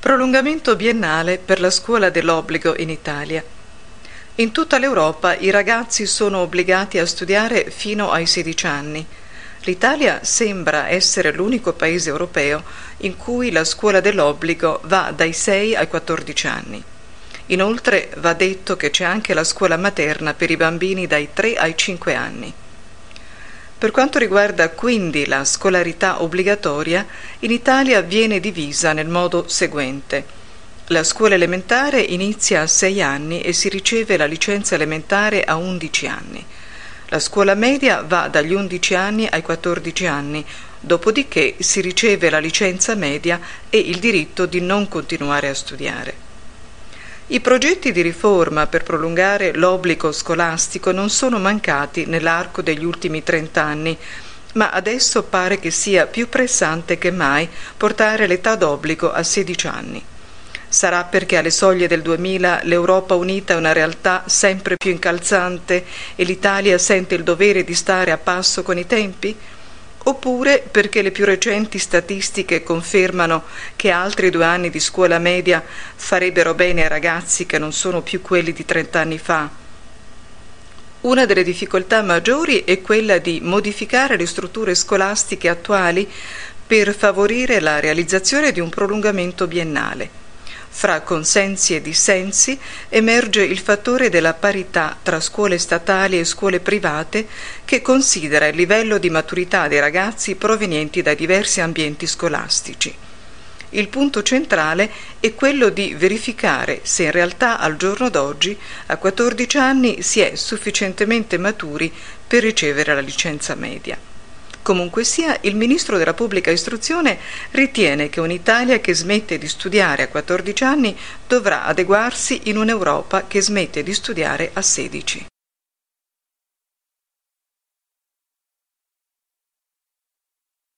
Prolungamento biennale per la scuola dell'obbligo in Italia. In tutta l'Europa i ragazzi sono obbligati a studiare fino ai 16 anni. L'Italia sembra essere l'unico paese europeo in cui la scuola dell'obbligo va dai 6 ai 14 anni. Inoltre va detto che c'è anche la scuola materna per i bambini dai 3 ai 5 anni. Per quanto riguarda quindi la scolarità obbligatoria, in Italia viene divisa nel modo seguente. La scuola elementare inizia a 6 anni e si riceve la licenza elementare a 11 anni. La scuola media va dagli 11 anni ai 14 anni, dopodiché si riceve la licenza media e il diritto di non continuare a studiare. I progetti di riforma per prolungare l'obbligo scolastico non sono mancati nell'arco degli ultimi 30 anni, ma adesso pare che sia più pressante che mai portare l'età d'obbligo a 16 anni. Sarà perché alle soglie del 2000 l'Europa unita è una realtà sempre più incalzante e l'Italia sente il dovere di stare a passo con i tempi? Oppure perché le più recenti statistiche confermano che altri 2 anni di scuola media farebbero bene ai ragazzi che non sono più quelli di 30 anni fa? Una delle difficoltà maggiori è quella di modificare le strutture scolastiche attuali per favorire la realizzazione di un prolungamento biennale. Fra consensi e dissensi emerge il fattore della parità tra scuole statali e scuole private che considera il livello di maturità dei ragazzi provenienti da diversi ambienti scolastici. Il punto centrale è quello di verificare se in realtà al giorno d'oggi, a 14 anni, si è sufficientemente maturi per ricevere la licenza media. Comunque sia, il Ministro della Pubblica Istruzione ritiene che un'Italia che smette di studiare a 14 anni dovrà adeguarsi in un'Europa che smette di studiare a 16.